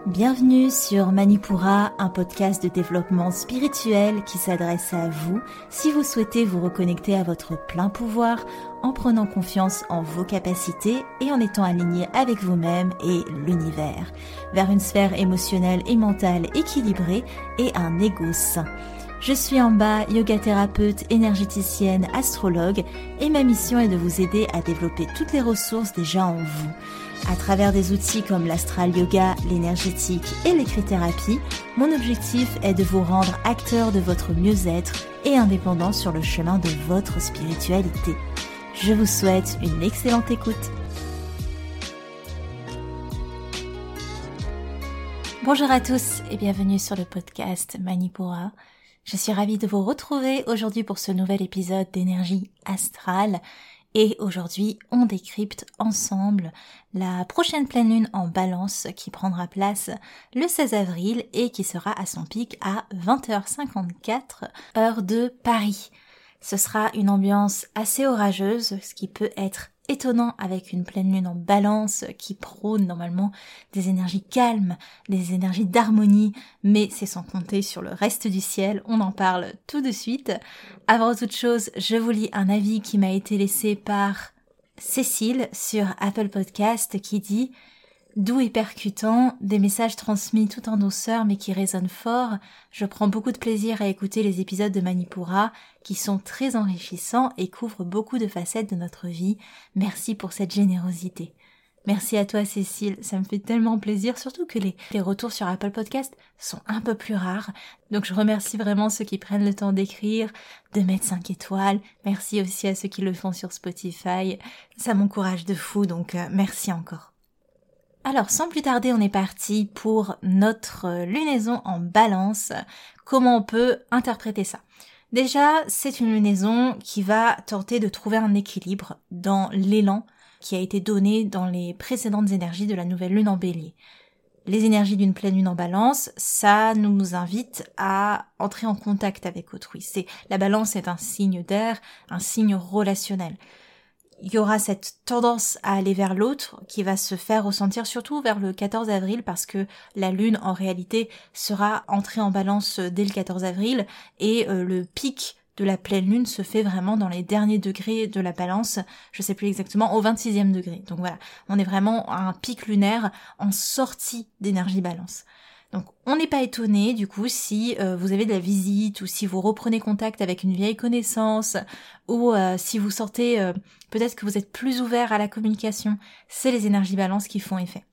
Bienvenue sur Manipura, un podcast de développement spirituel qui s'adresse à vous si vous souhaitez vous reconnecter à votre plein pouvoir en prenant confiance en vos capacités et en étant aligné avec vous-même et l'univers, vers une sphère émotionnelle et mentale équilibrée et un ego sain. Je suis Amba, yoga thérapeute, énergéticienne, astrologue et ma mission est de vous aider à développer toutes les ressources déjà en vous. À travers des outils comme l'astral yoga, l'énergétique et l'écrit-thérapie, mon objectif est de vous rendre acteur de votre mieux-être et indépendant sur le chemin de votre spiritualité. Je vous souhaite une excellente écoute. Bonjour à tous et bienvenue sur le podcast Manipura. Je suis ravie de vous retrouver aujourd'hui pour ce nouvel épisode d'énergie astrale. Et aujourd'hui, on décrypte ensemble la prochaine pleine lune en Balance qui prendra place le 16 avril et qui sera à son pic à 20h54 heure de Paris. Ce sera une ambiance assez orageuse, ce qui peut être étonnant avec une pleine lune en Balance qui prône normalement des énergies calmes, des énergies d'harmonie, mais c'est sans compter sur le reste du ciel, on en parle tout de suite. Avant toute chose, je vous lis un avis qui m'a été laissé par Cécile sur Apple Podcast qui dit « Doux et percutant, des messages transmis tout en douceur mais qui résonnent fort. Je prends beaucoup de plaisir à écouter les épisodes de Manipura qui sont très enrichissants et couvrent beaucoup de facettes de notre vie. Merci pour cette générosité. » Merci à toi Cécile, ça me fait tellement plaisir, surtout que les retours sur Apple Podcast sont un peu plus rares. Donc je remercie vraiment ceux qui prennent le temps d'écrire, de mettre 5 étoiles. Merci aussi à ceux qui le font sur Spotify. Ça m'encourage de fou, donc merci encore. Alors, sans plus tarder, on est parti pour notre lunaison en Balance. Comment on peut interpréter ça ? Déjà, c'est une lunaison qui va tenter de trouver un équilibre dans l'élan qui a été donné dans les précédentes énergies de la nouvelle lune en Bélier. Les énergies d'une pleine lune en Balance, ça nous invite à entrer en contact avec autrui. La Balance est un signe d'air, un signe relationnel. Il y aura cette tendance à aller vers l'autre qui va se faire ressentir surtout vers le 14 avril parce que la lune en réalité sera entrée en Balance dès le 14 avril et le pic de la pleine lune se fait vraiment dans les derniers degrés de la Balance, je sais plus exactement, au 26e degré. Donc voilà, on est vraiment à un pic lunaire en sortie d'énergie Balance. Donc on n'est pas étonné du coup si vous avez de la visite ou si vous reprenez contact avec une vieille connaissance ou si vous sentez peut-être que vous êtes plus ouvert à la communication, c'est les énergies Balance qui font effet.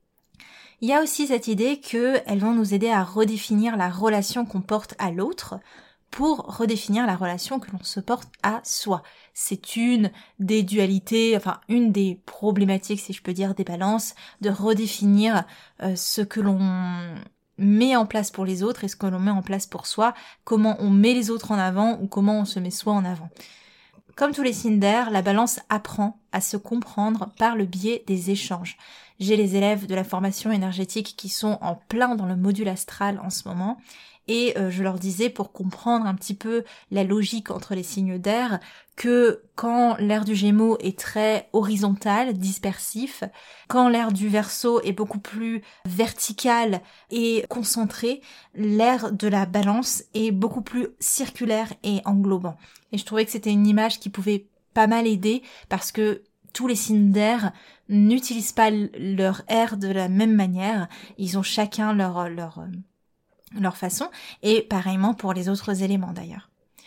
Il y a aussi cette idée qu'elles vont nous aider à redéfinir la relation qu'on porte à l'autre pour redéfinir la relation que l'on se porte à soi. C'est une des dualités, enfin une des problématiques, si je peux dire, des balances, de redéfinir ce que l'on met en place pour les autres et ce que l'on met en place pour soi, comment on met les autres en avant ou comment on se met soi en avant. Comme tous les signes d'air, la balance apprend à se comprendre par le biais des échanges. J'ai les élèves de la formation énergétique qui sont en plein dans le module astral en ce moment et je leur disais pour comprendre un petit peu la logique entre les signes d'air que quand l'air du Gémeaux est très horizontal, dispersif, quand l'air du Verseau est beaucoup plus vertical et concentré, l'air de la Balance est beaucoup plus circulaire et englobant. Et je trouvais que c'était une image qui pouvait pas mal aider parce que tous les signes d'air n'utilisent pas leur air de la même manière, ils ont chacun leur façon, et pareillement pour les autres éléments d'ailleurs.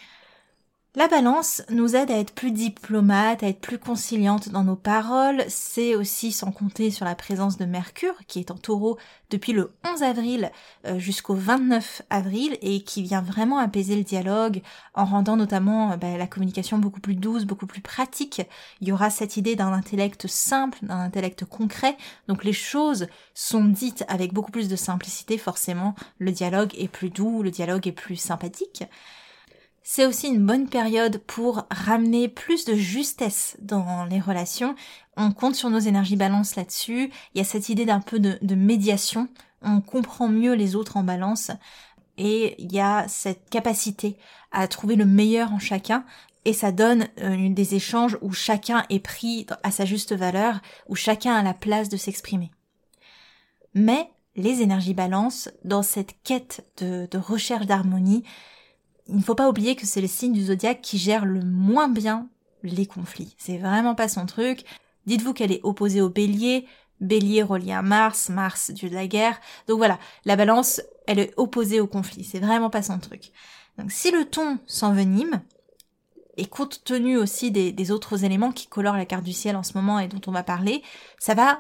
La Balance nous aide à être plus diplomate, à être plus conciliante dans nos paroles, c'est aussi sans compter sur la présence de Mercure qui est en Taureau depuis le 11 avril jusqu'au 29 avril et qui vient vraiment apaiser le dialogue en rendant notamment la communication beaucoup plus douce, beaucoup plus pratique. Il y aura cette idée d'un intellect simple, d'un intellect concret, donc les choses sont dites avec beaucoup plus de simplicité, forcément le dialogue est plus doux, le dialogue est plus sympathique. C'est aussi une bonne période pour ramener plus de justesse dans les relations. On compte sur nos énergies Balance là-dessus. Il y a cette idée d'un peu de médiation. On comprend mieux les autres en Balance. Et il y a cette capacité à trouver le meilleur en chacun. Et ça donne des échanges où chacun est pris à sa juste valeur, où chacun a la place de s'exprimer. Mais les énergies balance, dans cette quête de recherche d'harmonie, il ne faut pas oublier que c'est le signe du zodiaque qui gère le moins bien les conflits. C'est vraiment pas son truc. Dites-vous qu'elle est opposée au Bélier, Bélier relié à Mars, Mars dieu de la guerre. Donc voilà, la balance, elle est opposée au conflit. C'est vraiment pas son truc. Donc si le ton s'envenime, et compte tenu aussi des autres éléments qui colorent la carte du ciel en ce moment et dont on va parler, ça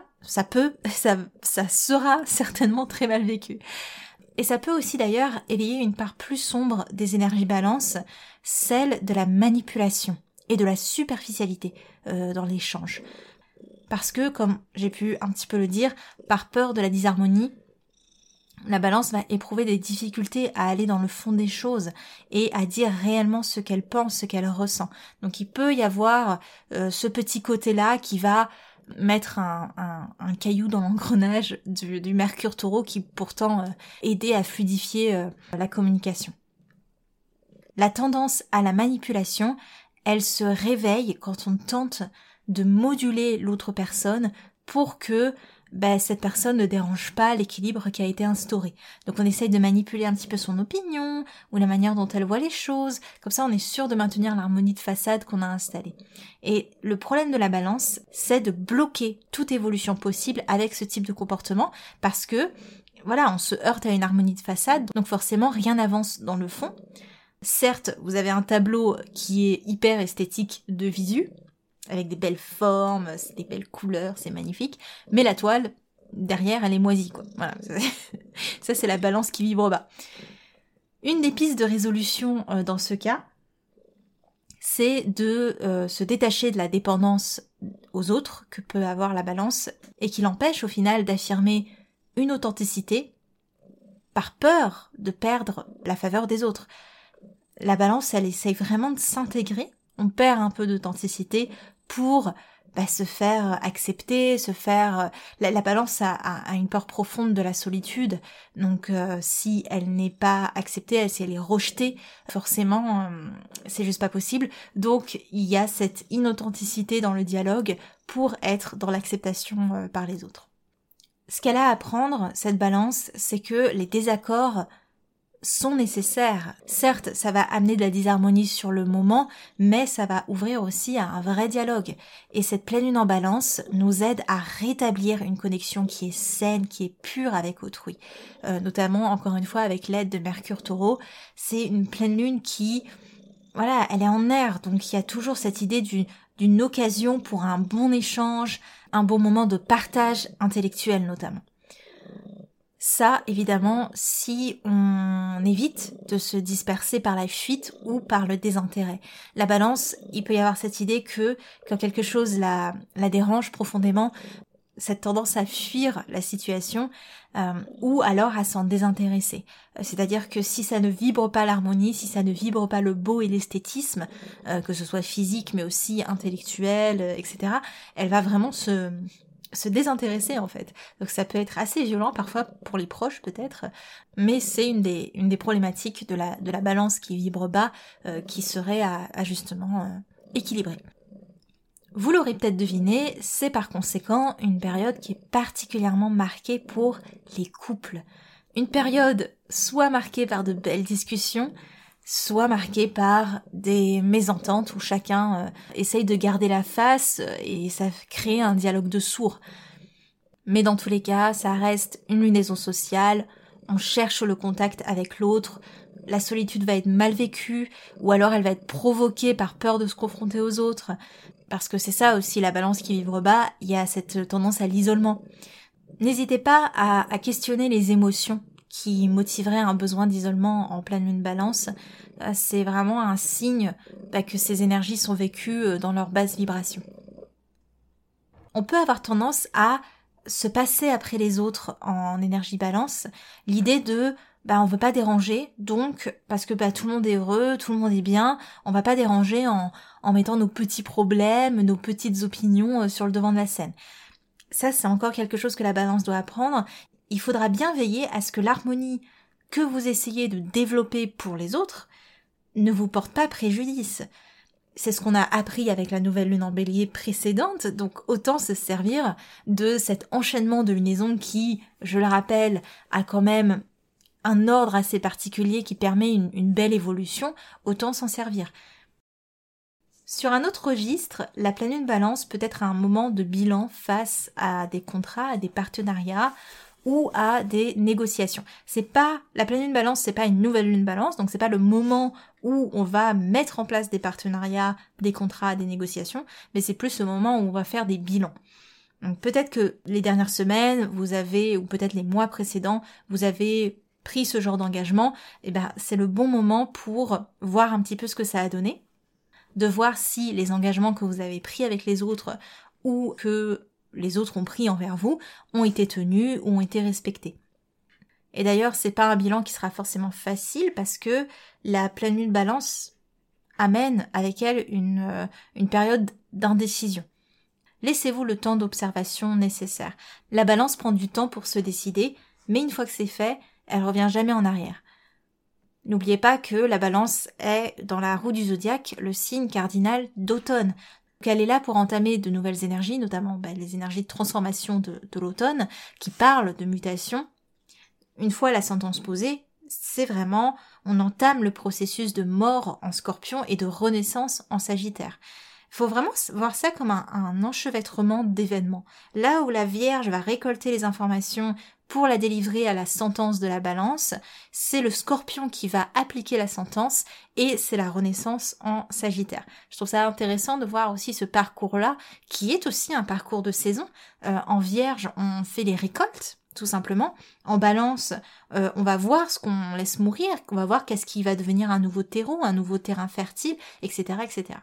sera certainement très mal vécu. Et ça peut aussi d'ailleurs éveiller une part plus sombre des énergies balance, celle de la manipulation et de la superficialité dans l'échange. Parce que, comme j'ai pu un petit peu le dire, par peur de la disharmonie, la balance va éprouver des difficultés à aller dans le fond des choses et à dire réellement ce qu'elle pense, ce qu'elle ressent. Donc il peut y avoir ce petit côté-là qui va mettre un caillou dans l'engrenage du Mercure Taureau qui pourtant aidait à fluidifier la communication. La tendance à la manipulation, elle se réveille quand on tente de moduler l'autre personne pour que cette personne ne dérange pas l'équilibre qui a été instauré. Donc on essaye de manipuler un petit peu son opinion ou la manière dont elle voit les choses. Comme ça, on est sûr de maintenir l'harmonie de façade qu'on a installée. Et le problème de la balance, c'est de bloquer toute évolution possible avec ce type de comportement parce que, voilà, on se heurte à une harmonie de façade, donc forcément rien n'avance dans le fond. Certes, vous avez un tableau qui est hyper esthétique de visu, avec des belles formes, des belles couleurs, c'est magnifique, mais la toile, derrière, elle est moisie, quoi. Voilà, ça c'est la balance qui vibre bas. Une des pistes de résolution dans ce cas, c'est de se détacher de la dépendance aux autres que peut avoir la balance, et qui l'empêche au final d'affirmer une authenticité par peur de perdre la faveur des autres. La balance, elle essaye vraiment de s'intégrer, on perd un peu d'authenticité pour se faire accepter, La balance a une peur profonde de la solitude, donc si elle n'est pas acceptée, si elle est rejetée, forcément, c'est juste pas possible. Donc il y a cette inauthenticité dans le dialogue pour être dans l'acceptation par les autres. Ce qu'elle a à apprendre, cette balance, c'est que les désaccords sont nécessaires. Certes, ça va amener de la disharmonie sur le moment, mais ça va ouvrir aussi à un vrai dialogue. Et cette pleine lune en balance nous aide à rétablir une connexion qui est saine, qui est pure avec autrui. Notamment, encore une fois, avec l'aide de Mercure Taureau, c'est une pleine lune qui, voilà, elle est en air, donc il y a toujours cette idée d'une occasion pour un bon échange, un bon moment de partage intellectuel notamment. Ça, évidemment, si on évite de se disperser par la fuite ou par le désintérêt. La balance, il peut y avoir cette idée que quand quelque chose la dérange profondément, cette tendance à fuir la situation ou alors à s'en désintéresser. C'est-à-dire que si ça ne vibre pas l'harmonie, si ça ne vibre pas le beau et l'esthétisme, que ce soit physique mais aussi intellectuel, etc., elle va vraiment se désintéresser en fait. Donc ça peut être assez violent parfois pour les proches peut-être, mais c'est une des problématiques de la balance qui vibre bas, qui serait à justement équilibrer. Vous l'aurez peut-être deviné, c'est par conséquent une période qui est particulièrement marquée pour les couples. Une période soit marquée par de belles discussions, soit marquée par des mésententes où chacun essaye de garder la face et ça crée un dialogue de sourds. Mais dans tous les cas, ça reste une lunaison sociale, on cherche le contact avec l'autre, la solitude va être mal vécue ou alors elle va être provoquée par peur de se confronter aux autres. Parce que c'est ça aussi la balance qui vibre bas, il y a cette tendance à l'isolement. N'hésitez pas à questionner les émotions qui motiverait un besoin d'isolement en pleine lune balance, c'est vraiment un signe que ces énergies sont vécues dans leur basse vibration. On peut avoir tendance à se passer après les autres en énergie balance, l'idée de on veut pas déranger, donc parce que tout le monde est heureux, tout le monde est bien, on va pas déranger en mettant nos petits problèmes, nos petites opinions sur le devant de la scène. Ça, c'est encore quelque chose que la balance doit apprendre. Il faudra bien veiller à ce que l'harmonie que vous essayez de développer pour les autres ne vous porte pas préjudice. C'est ce qu'on a appris avec la nouvelle lune en bélier précédente, donc autant se servir de cet enchaînement de lunaisons qui, je le rappelle, a quand même un ordre assez particulier qui permet une belle évolution, autant s'en servir. Sur un autre registre, la pleine lune balance peut être un moment de bilan face à des contrats, à des partenariats ou à des négociations. La pleine lune balance, c'est pas une nouvelle lune balance, donc c'est pas le moment où on va mettre en place des partenariats, des contrats, des négociations, mais c'est plus le moment où on va faire des bilans. Donc peut-être que les dernières semaines, ou peut-être les mois précédents, vous avez pris ce genre d'engagement, c'est le bon moment pour voir un petit peu ce que ça a donné, de voir si les engagements que vous avez pris avec les autres ou que les autres ont pris envers vous ont été tenus ou ont été respectés. Et d'ailleurs, c'est pas un bilan qui sera forcément facile parce que la pleine lune balance amène avec elle une période d'indécision. Laissez-vous le temps d'observation nécessaire. La balance prend du temps pour se décider, mais une fois que c'est fait, elle revient jamais en arrière. N'oubliez pas que la balance est, dans la roue du zodiaque, le signe cardinal d'automne. Donc elle est là pour entamer de nouvelles énergies, notamment les énergies de transformation de l'automne, qui parlent de mutation. Une fois la sentence posée, c'est vraiment, on entame le processus de mort en Scorpion et de renaissance en Sagittaire. Il faut vraiment voir ça comme un enchevêtrement d'événements. Là où la Vierge va récolter les informations pour la délivrer à la sentence de la balance, c'est le Scorpion qui va appliquer la sentence et c'est la renaissance en Sagittaire. Je trouve ça intéressant de voir aussi ce parcours-là, qui est aussi un parcours de saison. En Vierge, on fait les récoltes, tout simplement. En balance, on va voir ce qu'on laisse mourir, on va voir qu'est-ce qui va devenir un nouveau terreau, un nouveau terrain fertile, etc., etc.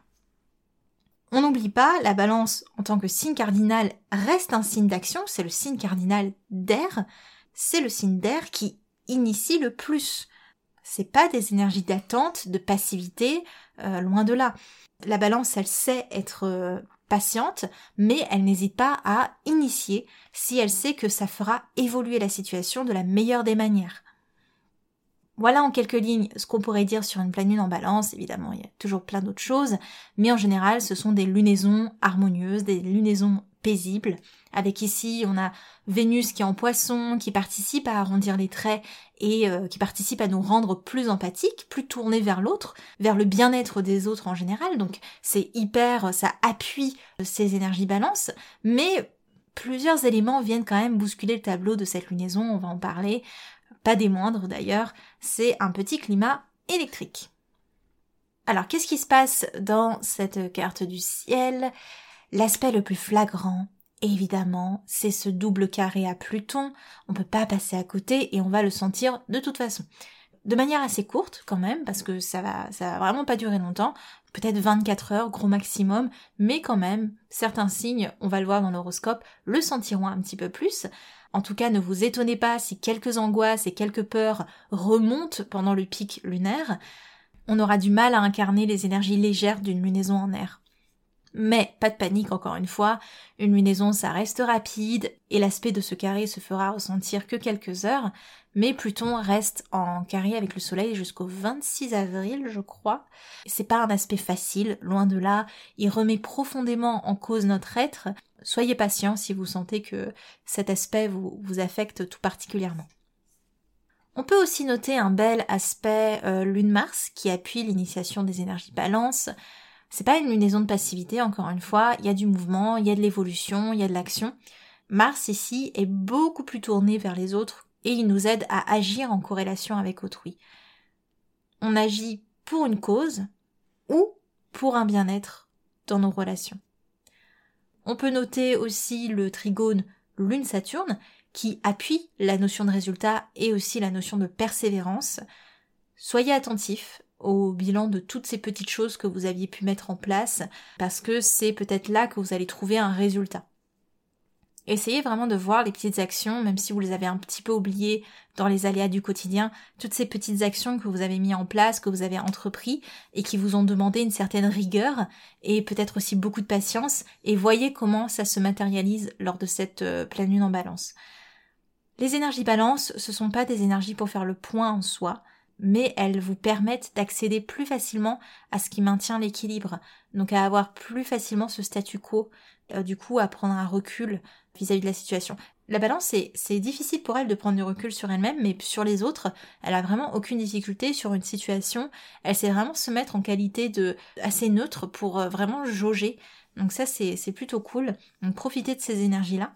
On n'oublie pas, la balance en tant que signe cardinal reste un signe d'action, c'est le signe cardinal d'air, c'est le signe d'air qui initie le plus. C'est pas des énergies d'attente, de passivité, loin de là. La balance, elle sait être patiente, mais elle n'hésite pas à initier si elle sait que ça fera évoluer la situation de la meilleure des manières. Voilà en quelques lignes ce qu'on pourrait dire sur une pleine lune en balance. Évidemment, il y a toujours plein d'autres choses, mais en général, ce sont des lunaisons harmonieuses, des lunaisons paisibles, avec ici, on a Vénus qui est en Poisson, qui participe à arrondir les traits et qui participe à nous rendre plus empathiques, plus tournés vers l'autre, vers le bien-être des autres en général, donc ça appuie ces énergies balance, mais plusieurs éléments viennent quand même bousculer le tableau de cette lunaison, on va en parler, pas des moindres d'ailleurs, c'est un petit climat électrique. Alors qu'est-ce qui se passe dans cette carte du ciel ? L'aspect le plus flagrant, évidemment, c'est ce double carré à Pluton, on peut pas passer à côté et on va le sentir de toute façon. De manière assez courte quand même, parce que ça va vraiment pas durer longtemps, peut-être 24 heures, gros maximum, mais quand même, certains signes, on va le voir dans l'horoscope, le sentiront un petit peu plus. En tout cas, ne vous étonnez pas si quelques angoisses et quelques peurs remontent pendant le pic lunaire. On aura du mal à incarner les énergies légères d'une lunaison en air. Mais pas de panique encore une fois, une lunaison ça reste rapide et l'aspect de ce carré se fera ressentir que quelques heures, mais Pluton reste en carré avec le soleil jusqu'au 26 avril je crois. C'est pas un aspect facile, loin de là, il remet profondément en cause notre être. Soyez patient si vous sentez que cet aspect vous affecte tout particulièrement. On peut aussi noter un bel aspect Lune-Mars qui appuie l'initiation des énergies balance. C'est pas une lunaison de passivité, encore une fois, il y a du mouvement, il y a de l'évolution, il y a de l'action. Mars ici est beaucoup plus tourné vers les autres et il nous aide à agir en corrélation avec autrui. On agit pour une cause ou pour un bien-être dans nos relations. On peut noter aussi le trigone Lune-Saturne qui appuie la notion de résultat et aussi la notion de persévérance. Soyez attentifs au bilan de toutes ces petites choses que vous aviez pu mettre en place, parce que c'est peut-être là que vous allez trouver un résultat. Essayez vraiment de voir les petites actions, même si vous les avez un petit peu oubliées dans les aléas du quotidien, toutes ces petites actions que vous avez mis en place, que vous avez entrepris, et qui vous ont demandé une certaine rigueur, et peut-être aussi beaucoup de patience, et voyez comment ça se matérialise lors de cette pleine lune en balance. Les énergies balance, ce sont pas des énergies pour faire le point en soi, mais elles vous permettent d'accéder plus facilement à ce qui maintient l'équilibre, donc à avoir plus facilement ce statu quo, du coup à prendre un recul vis-à-vis de la situation. La balance, c'est difficile pour elle de prendre du recul sur elle-même, mais sur les autres, elle a vraiment aucune difficulté sur une situation, elle sait vraiment se mettre en qualité de assez neutre pour vraiment jauger, donc ça c'est plutôt cool, donc profitez de ces énergies-là.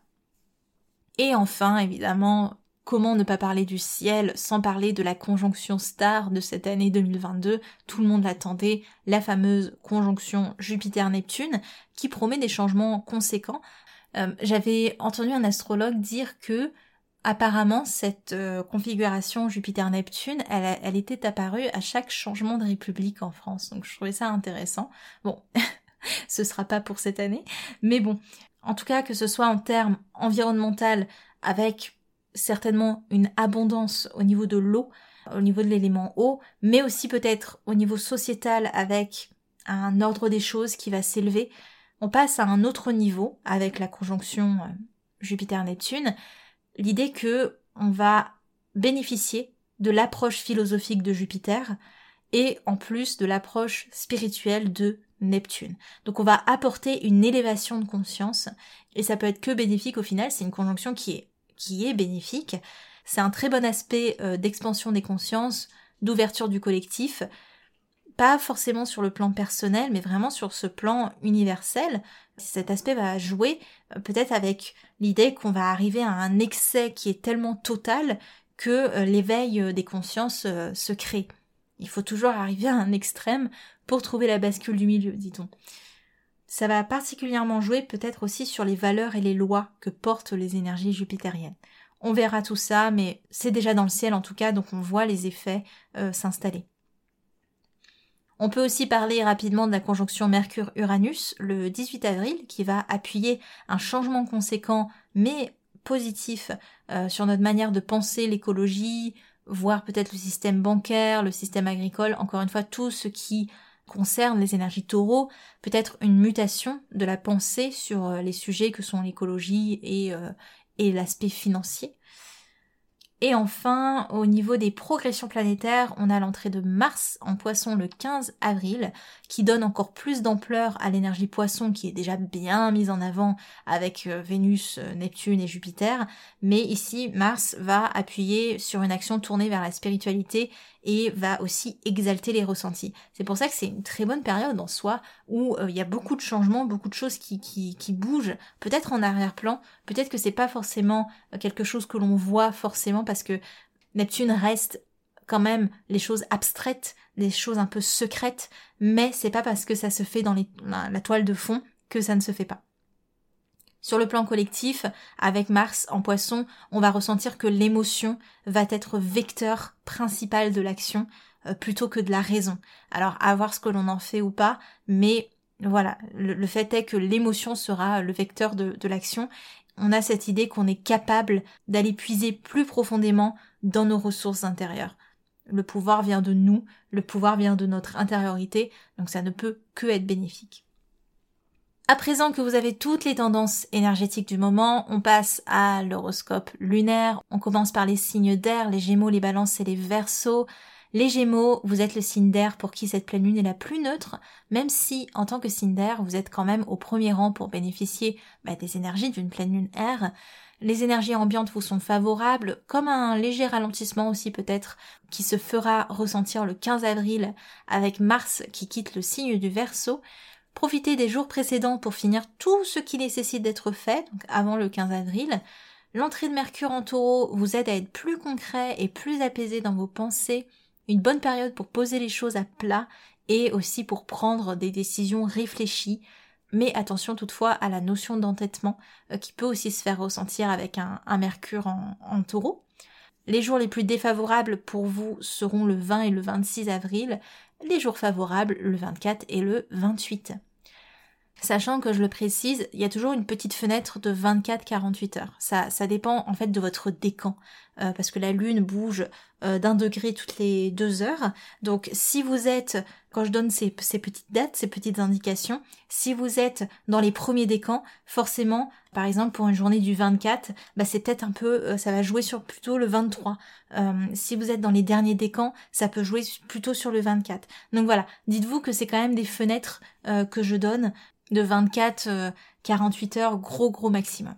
Et enfin, évidemment, comment ne pas parler du ciel sans parler de la conjonction star de cette année 2022, tout le monde l'attendait, la fameuse conjonction Jupiter-Neptune, qui promet des changements conséquents. J'avais entendu un astrologue dire que apparemment cette configuration Jupiter-Neptune, elle était apparue à chaque changement de république en France, donc je trouvais ça intéressant. Bon, ce sera pas pour cette année, mais bon, en tout cas que ce soit en termes environnemental, avec certainement une abondance au niveau de l'eau, au niveau de l'élément eau, mais aussi peut-être au niveau sociétal avec un ordre des choses qui va s'élever. On passe à un autre niveau avec la conjonction Jupiter-Neptune, l'idée que on va bénéficier de l'approche philosophique de Jupiter et en plus de l'approche spirituelle de Neptune. Donc on va apporter une élévation de conscience et ça peut être que bénéfique au final, c'est une conjonction qui est bénéfique. C'est un très bon aspect d'expansion des consciences, d'ouverture du collectif, pas forcément sur le plan personnel, mais vraiment sur ce plan universel. Cet aspect va jouer peut-être avec l'idée qu'on va arriver à un excès qui est tellement total que l'éveil des consciences se crée. Il faut toujours arriver à un extrême pour trouver la bascule du milieu, dit-on. Ça va particulièrement jouer peut-être aussi sur les valeurs et les lois que portent les énergies jupitériennes. On verra tout ça, mais c'est déjà dans le ciel en tout cas, donc on voit les effets s'installer. On peut aussi parler rapidement de la conjonction Mercure-Uranus le 18 avril, qui va appuyer un changement conséquent, mais positif, sur notre manière de penser l'écologie, voire peut-être le système bancaire, le système agricole, encore une fois tout ce qui concerne les énergies taureaux, peut-être une mutation de la pensée sur les sujets que sont l'écologie et l'aspect financier. Et enfin, au niveau des progressions planétaires, on a l'entrée de Mars en Poisson le 15 avril, qui donne encore plus d'ampleur à l'énergie Poisson qui est déjà bien mise en avant avec Vénus, Neptune et Jupiter. Mais ici, Mars va appuyer sur une action tournée vers la spiritualité et va aussi exalter les ressentis. C'est pour ça que c'est une très bonne période en soi où il y a beaucoup de changements, beaucoup de choses qui bougent, peut-être en arrière-plan, peut-être que c'est pas forcément quelque chose que l'on voit forcément parce que Neptune reste quand même les choses abstraites, les choses un peu secrètes, mais c'est pas parce que ça se fait dans la toile de fond que ça ne se fait pas. Sur le plan collectif, avec Mars en Poisson, on va ressentir que l'émotion va être vecteur principal de l'action plutôt que de la raison. Alors à voir ce que l'on en fait ou pas, mais voilà, le fait est que l'émotion sera le vecteur de l'action. On a cette idée qu'on est capable d'aller puiser plus profondément dans nos ressources intérieures. Le pouvoir vient de nous, le pouvoir vient de notre intériorité, donc ça ne peut que être bénéfique. À présent que vous avez toutes les tendances énergétiques du moment, on passe à l'horoscope lunaire. On commence par les signes d'air, les Gémeaux, les Balances et les Verseaux. Les Gémeaux, vous êtes le signe d'air pour qui cette pleine lune est la plus neutre, même si, en tant que signe d'air, vous êtes quand même au premier rang pour bénéficier des énergies d'une pleine lune air. Les énergies ambiantes vous sont favorables, comme un léger ralentissement aussi peut-être, qui se fera ressentir le 15 avril avec Mars qui quitte le signe du Verseau. Profitez des jours précédents pour finir tout ce qui nécessite d'être fait, donc avant le 15 avril. L'entrée de Mercure en Taureau vous aide à être plus concret et plus apaisé dans vos pensées. Une bonne période pour poser les choses à plat et aussi pour prendre des décisions réfléchies. Mais attention toutefois à la notion d'entêtement qui peut aussi se faire ressentir avec un Mercure en Taureau. Les jours les plus défavorables pour vous seront le 20 et le 26 avril. Les jours favorables, le 24 et le 28. Sachant que, je le précise, il y a toujours une petite fenêtre de 24-48 heures. Ça dépend en fait de votre décan, parce que la lune bouge d'1 degré toutes les 2 heures. Donc si vous êtes, quand je donne ces petites dates, ces petites indications, si vous êtes dans les premiers décans, forcément, par exemple pour une journée du 24, c'est peut-être un peu, ça va jouer sur plutôt le 23. Si vous êtes dans les derniers décans, ça peut jouer plutôt sur le 24. Donc voilà, dites-vous que c'est quand même des fenêtres que je donne de 24-48 heures, gros maximum.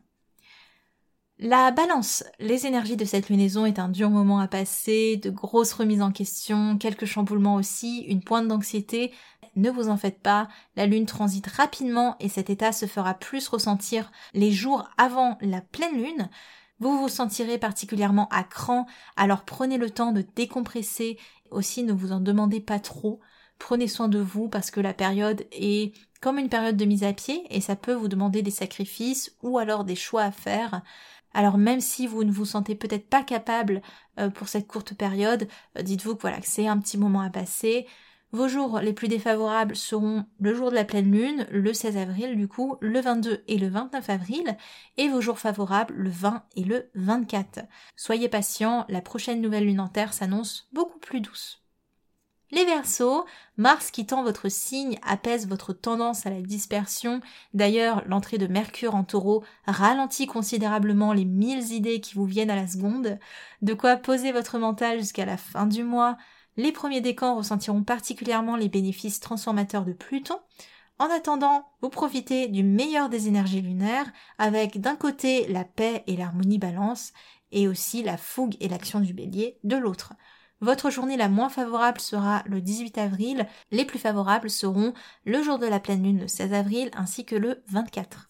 La balance, les énergies de cette lunaison est un dur moment à passer, de grosses remises en question, quelques chamboulements aussi, une pointe d'anxiété. Ne vous en faites pas, la lune transite rapidement et cet état se fera plus ressentir les jours avant la pleine lune. Vous vous sentirez particulièrement à cran, alors prenez le temps de décompresser. Aussi, ne vous en demandez pas trop. Prenez soin de vous parce que la période est comme une période de mise à pied et ça peut vous demander des sacrifices ou alors des choix à faire. Alors même si vous ne vous sentez peut-être pas capable pour cette courte période, dites-vous que c'est un petit moment à passer. Vos jours les plus défavorables seront le jour de la pleine lune, le 16 avril du coup, le 22 et le 29 avril, et vos jours favorables le 20 et le 24. Soyez patients, la prochaine nouvelle lune en Terre s'annonce beaucoup plus douce. Les Verseaux, Mars quittant votre signe apaise votre tendance à la dispersion. D'ailleurs, l'entrée de Mercure en Taureau ralentit considérablement les 1000 idées qui vous viennent à la seconde. De quoi poser votre mental jusqu'à la fin du mois. Les premiers décans ressentiront particulièrement les bénéfices transformateurs de Pluton. En attendant, vous profitez du meilleur des énergies lunaires, avec d'un côté la paix et l'harmonie Balance, et aussi la fougue et l'action du Bélier de l'autre. Votre journée la moins favorable sera le 18 avril, les plus favorables seront le jour de la pleine lune le 16 avril ainsi que le 24.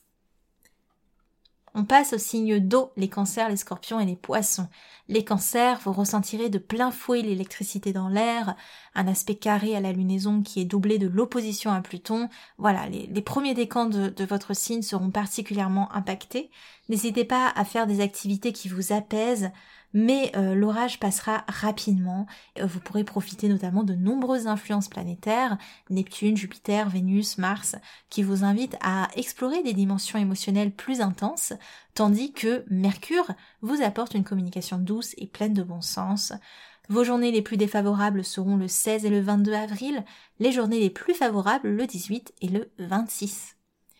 On passe aux signes d'eau, les cancers, les scorpions et les poissons. Les cancers, vous ressentirez de plein fouet l'électricité dans l'air, un aspect carré à la lunaison qui est doublé de l'opposition à Pluton. Voilà, les premiers décans de votre signe seront particulièrement impactés. N'hésitez pas à faire des activités qui vous apaisent, mais l'orage passera rapidement. Vous pourrez profiter notamment de nombreuses influences planétaires, Neptune, Jupiter, Vénus, Mars, qui vous invitent à explorer des dimensions émotionnelles plus intenses, tandis que Mercure vous apporte une communication douce et pleine de bon sens. Vos journées les plus défavorables seront le 16 et le 22 avril, les journées les plus favorables le 18 et le 26.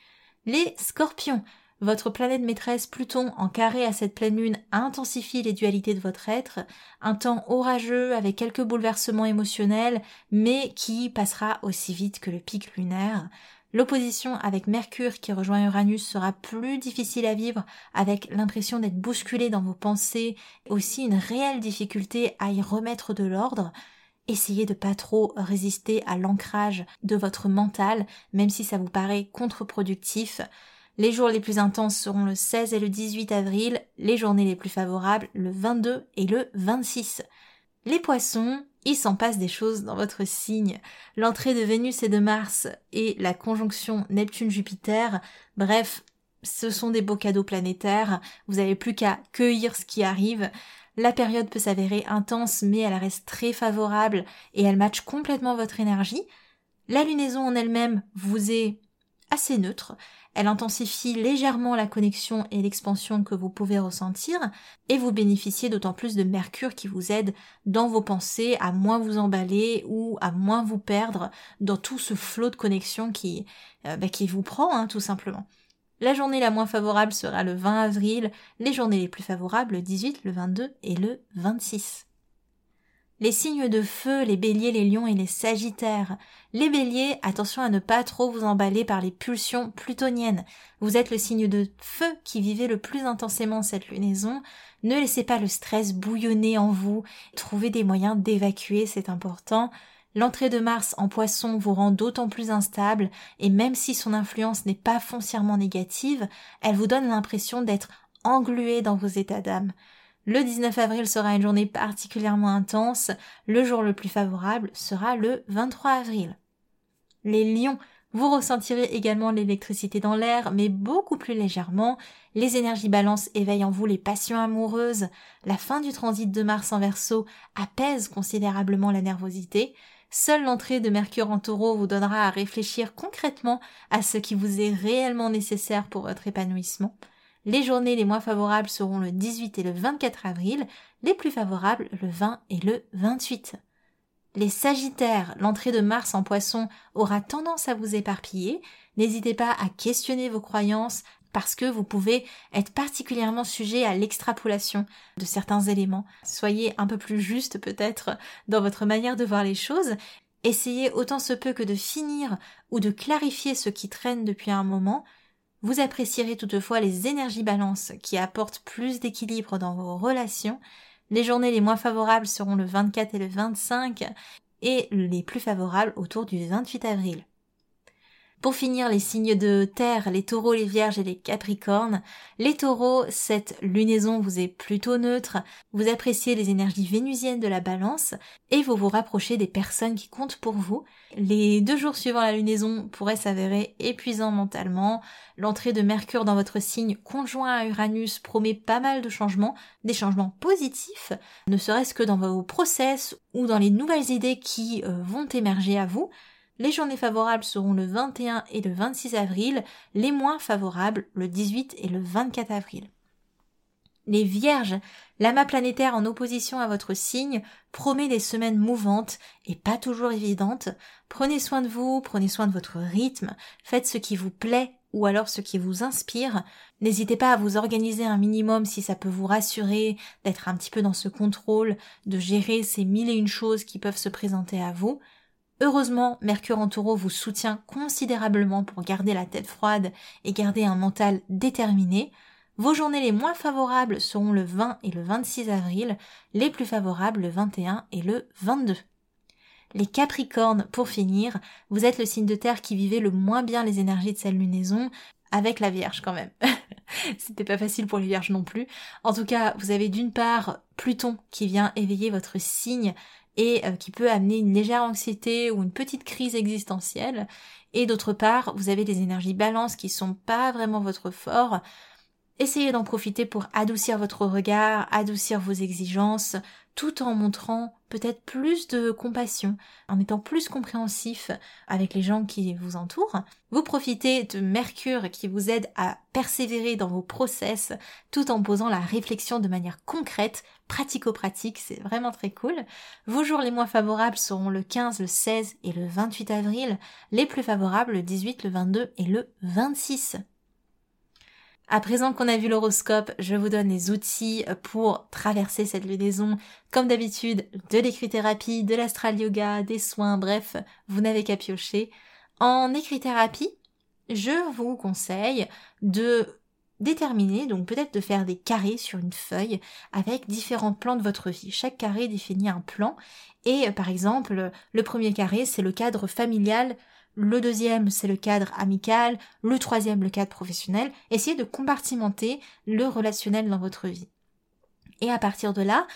Les Scorpions, votre planète maîtresse Pluton en carré à cette pleine lune intensifie les dualités de votre être, un temps orageux avec quelques bouleversements émotionnels, mais qui passera aussi vite que le pic lunaire. L'opposition avec Mercure qui rejoint Uranus sera plus difficile à vivre, avec l'impression d'être bousculé dans vos pensées, aussi une réelle difficulté à y remettre de l'ordre. Essayez de pas trop résister à l'ancrage de votre mental, même si ça vous paraît contre-productif. Les jours les plus intenses seront le 16 et le 18 avril, les journées les plus favorables le 22 et le 26. Les poissons, il s'en passe des choses dans votre signe. L'entrée de Vénus et de Mars et la conjonction Neptune-Jupiter, bref, ce sont des beaux cadeaux planétaires, vous n'avez plus qu'à cueillir ce qui arrive. La période peut s'avérer intense, mais elle reste très favorable et elle matche complètement votre énergie. La lunaison en elle-même vous est assez neutre. Elle intensifie légèrement la connexion et l'expansion que vous pouvez ressentir et vous bénéficiez d'autant plus de Mercure qui vous aide dans vos pensées à moins vous emballer ou à moins vous perdre dans tout ce flot de connexion qui vous prend tout simplement. La journée la moins favorable sera le 20 avril, les journées les plus favorables le 18, le 22 et le 26. Les signes de feu, les béliers, les lions et les sagittaires. Les béliers, attention à ne pas trop vous emballer par les pulsions plutoniennes. Vous êtes le signe de feu qui vivait le plus intensément cette lunaison. Ne laissez pas le stress bouillonner en vous. Trouvez des moyens d'évacuer, c'est important. L'entrée de Mars en Poisson vous rend d'autant plus instable et même si son influence n'est pas foncièrement négative, elle vous donne l'impression d'être englué dans vos états d'âme. Le 19 avril sera une journée particulièrement intense, le jour le plus favorable sera le 23 avril. Les lions, vous ressentirez également l'électricité dans l'air, mais beaucoup plus légèrement. Les énergies Balance éveillent en vous les passions amoureuses. La fin du transit de Mars en Verseau apaise considérablement la nervosité. Seule l'entrée de Mercure en Taureau vous donnera à réfléchir concrètement à ce qui vous est réellement nécessaire pour votre épanouissement. Les journées les moins favorables seront le 18 et le 24 avril, les plus favorables le 20 et le 28. Les Sagittaires, l'entrée de Mars en Poisson aura tendance à vous éparpiller. N'hésitez pas à questionner vos croyances parce que vous pouvez être particulièrement sujet à l'extrapolation de certains éléments. Soyez un peu plus juste peut-être dans votre manière de voir les choses. Essayez autant se peut que de finir ou de clarifier ce qui traîne depuis un moment. Vous apprécierez toutefois les énergies balance qui apportent plus d'équilibre dans vos relations. Les journées les moins favorables seront le 24 et le 25 et les plus favorables autour du 28 avril. Pour finir, les signes de terre, les taureaux, les vierges et les capricornes. Les taureaux, cette lunaison vous est plutôt neutre, vous appréciez les énergies vénusiennes de la balance et vous vous rapprochez des personnes qui comptent pour vous. Les 2 jours suivant la lunaison pourraient s'avérer épuisants mentalement. L'entrée de Mercure dans votre signe conjoint à Uranus promet pas mal de changements, des changements positifs, ne serait-ce que dans vos process ou dans les nouvelles idées qui vont émerger à vous. Les journées favorables seront le 21 et le 26 avril, les moins favorables le 18 et le 24 avril. Les Vierges, l'amas planétaire en opposition à votre signe promet des semaines mouvantes et pas toujours évidentes. Prenez soin de vous, prenez soin de votre rythme, faites ce qui vous plaît ou alors ce qui vous inspire. N'hésitez pas à vous organiser un minimum si ça peut vous rassurer, d'être un petit peu dans ce contrôle, de gérer ces 1001 choses qui peuvent se présenter à vous. Heureusement, Mercure en Taureau vous soutient considérablement pour garder la tête froide et garder un mental déterminé. Vos journées les moins favorables seront le 20 et le 26 avril, les plus favorables le 21 et le 22. Les Capricornes, pour finir, vous êtes le signe de terre qui vivait le moins bien les énergies de cette lunaison, avec la Vierge quand même. C'était pas facile pour les Vierges non plus. En tout cas, vous avez d'une part Pluton qui vient éveiller votre signe et qui peut amener une légère anxiété ou une petite crise existentielle. Et d'autre part, vous avez des énergies balance qui sont pas vraiment votre fort. Essayez d'en profiter pour adoucir votre regard, adoucir vos exigences, tout en montrant peut-être plus de compassion, en étant plus compréhensif avec les gens qui vous entourent. Vous profitez de Mercure qui vous aide à persévérer dans vos process, tout en posant la réflexion de manière concrète, pratico-pratique, c'est vraiment très cool. Vos jours les moins favorables seront le 15, le 16 et le 28 avril, les plus favorables le 18, le 22 et le 26. À présent qu'on a vu l'horoscope, je vous donne les outils pour traverser cette lunaison. Comme d'habitude, de l'écrit-thérapie, de l'astral yoga, des soins, bref, vous n'avez qu'à piocher. En écrit-thérapie, je vous conseille de déterminer, donc peut-être de faire des carrés sur une feuille avec différents plans de votre vie. Chaque carré définit un plan et par exemple, le premier carré, c'est le cadre familial. Le deuxième, c'est le cadre amical, le troisième, le cadre professionnel. Essayez de compartimenter le relationnel dans votre vie. Et à partir de là,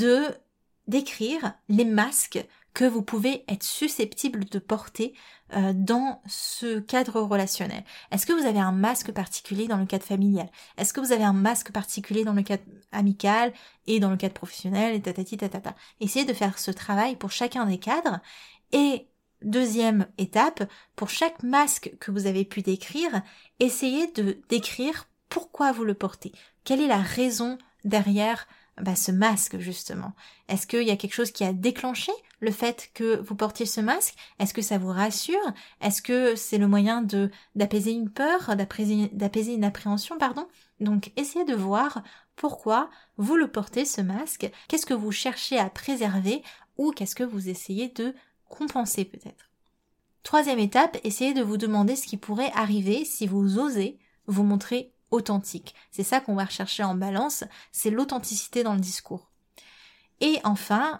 d'écrire les masques que vous pouvez être susceptible de porter dans ce cadre relationnel. Est-ce que vous avez un masque particulier dans le cadre familial? Est-ce que vous avez un masque particulier dans le cadre amical et dans le cadre professionnel et tatati tatata? Essayez de faire ce travail pour chacun des cadres et deuxième étape, pour chaque masque que vous avez pu décrire, essayez de décrire pourquoi vous le portez. Quelle est la raison derrière ce masque justement? Est-ce qu'il y a quelque chose qui a déclenché le fait que vous portiez ce masque? Est-ce que ça vous rassure? Est-ce que c'est le moyen d'apaiser une peur, d'apaiser une appréhension, pardon? Donc essayez de voir pourquoi vous le portez ce masque, qu'est-ce que vous cherchez à préserver ou qu'est-ce que vous essayez de compenser peut-être. Troisième étape, essayez de vous demander ce qui pourrait arriver si vous osez vous montrer authentique. C'est ça qu'on va rechercher en balance, c'est l'authenticité dans le discours. Et enfin,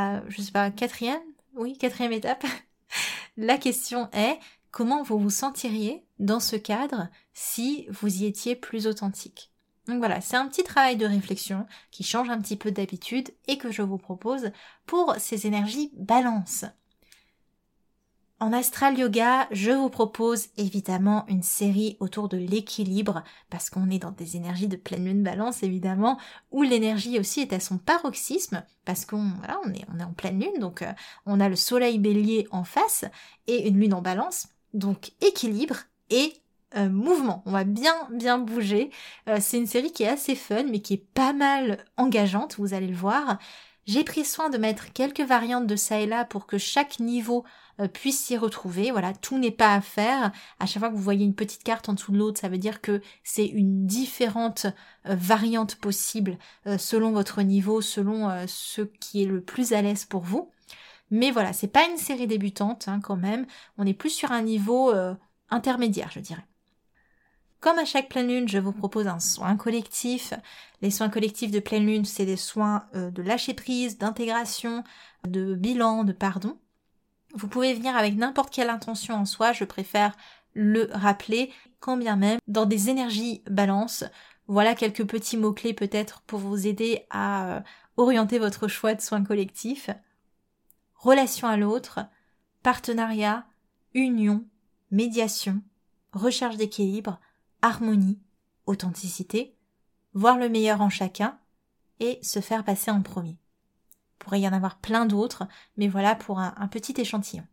quatrième étape, la question est comment vous vous sentiriez dans ce cadre si vous y étiez plus authentique. Donc voilà, c'est un petit travail de réflexion qui change un petit peu d'habitude et que je vous propose pour ces énergies balance. En Astral Yoga, je vous propose évidemment une série autour de l'équilibre, parce qu'on est dans des énergies de pleine lune balance évidemment, où l'énergie aussi est à son paroxysme, parce qu'on est en pleine lune, donc on a le soleil bélier en face et une lune en balance, donc équilibre et mouvement. On va bien bouger. C'est une série qui est assez fun, mais qui est pas mal engageante, vous allez le voir. J'ai pris soin de mettre quelques variantes de ça et là pour que chaque niveau puisse s'y retrouver. Voilà, tout n'est pas à faire. À chaque fois que vous voyez une petite carte en dessous de l'autre, ça veut dire que c'est une différente variante possible selon votre niveau, selon ce qui est le plus à l'aise pour vous. Mais voilà, c'est pas une série débutante quand même. On est plus sur un niveau intermédiaire, je dirais. Comme à chaque pleine lune, je vous propose un soin collectif. Les soins collectifs de pleine lune, c'est des soins de lâcher prise, d'intégration, de bilan, de pardon. Vous pouvez venir avec n'importe quelle intention en soi, je préfère le rappeler, quand bien même dans des énergies balance. Voilà quelques petits mots-clés peut-être pour vous aider à orienter votre choix de soins collectifs. Relation à l'autre, partenariat, union, médiation, recherche d'équilibre, harmonie, authenticité, voir le meilleur en chacun et se faire passer en premier. Il pourrait y en avoir plein d'autres, mais voilà pour un petit échantillon.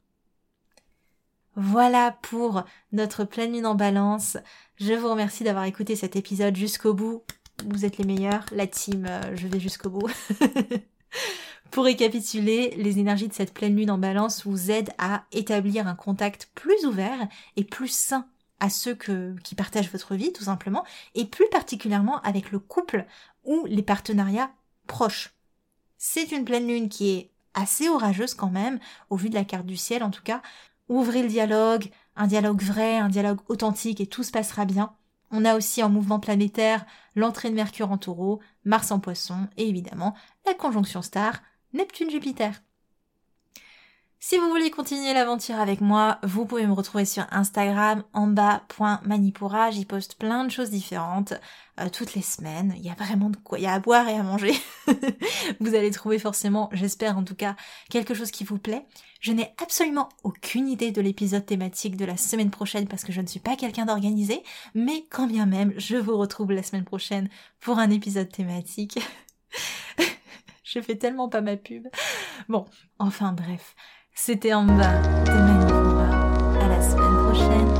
Voilà pour notre pleine lune en balance. Je vous remercie d'avoir écouté cet épisode jusqu'au bout. Vous êtes les meilleurs, la team, je vais jusqu'au bout. Pour récapituler, les énergies de cette pleine lune en balance vous aident à établir un contact plus ouvert et plus sain à ceux qui partagent votre vie, tout simplement, et plus particulièrement avec le couple ou les partenariats proches. C'est une pleine lune qui est assez orageuse quand même, au vu de la carte du ciel en tout cas. Ouvrez le dialogue, un dialogue vrai, un dialogue authentique et tout se passera bien. On a aussi en mouvement planétaire l'entrée de Mercure en Taureau, Mars en Poisson et évidemment la conjonction star Neptune-Jupiter. Si vous voulez continuer l'aventure avec moi, vous pouvez me retrouver sur Instagram amba.manipura. J'y poste plein de choses différentes toutes les semaines. Il y a vraiment de quoi, il y a à boire et à manger. Vous allez trouver forcément, j'espère en tout cas, quelque chose qui vous plaît. Je n'ai absolument aucune idée de l'épisode thématique de la semaine prochaine parce que je ne suis pas quelqu'un d'organisé, mais quand bien même, je vous retrouve la semaine prochaine pour un épisode thématique. Je fais tellement pas ma pub. Bon, enfin bref. C'était Amba de Manipura. À la semaine prochaine.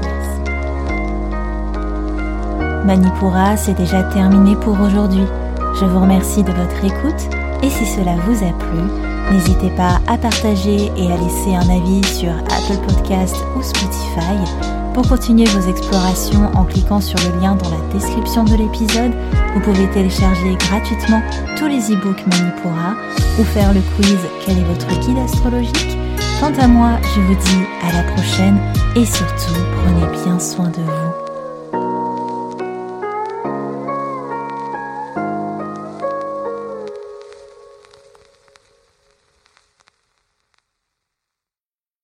Merci. Manipura, c'est déjà terminé pour aujourd'hui. Je vous remercie de votre écoute et si cela vous a plu, n'hésitez pas à partager et à laisser un avis sur Apple Podcast ou Spotify. Pour continuer vos explorations en cliquant sur le lien dans la description de l'épisode, vous pouvez télécharger gratuitement tous les e-books Manipura ou faire le quiz « Quel est votre guide astrologique ?» Quant à moi, je vous dis à la prochaine et surtout, prenez bien soin de vous.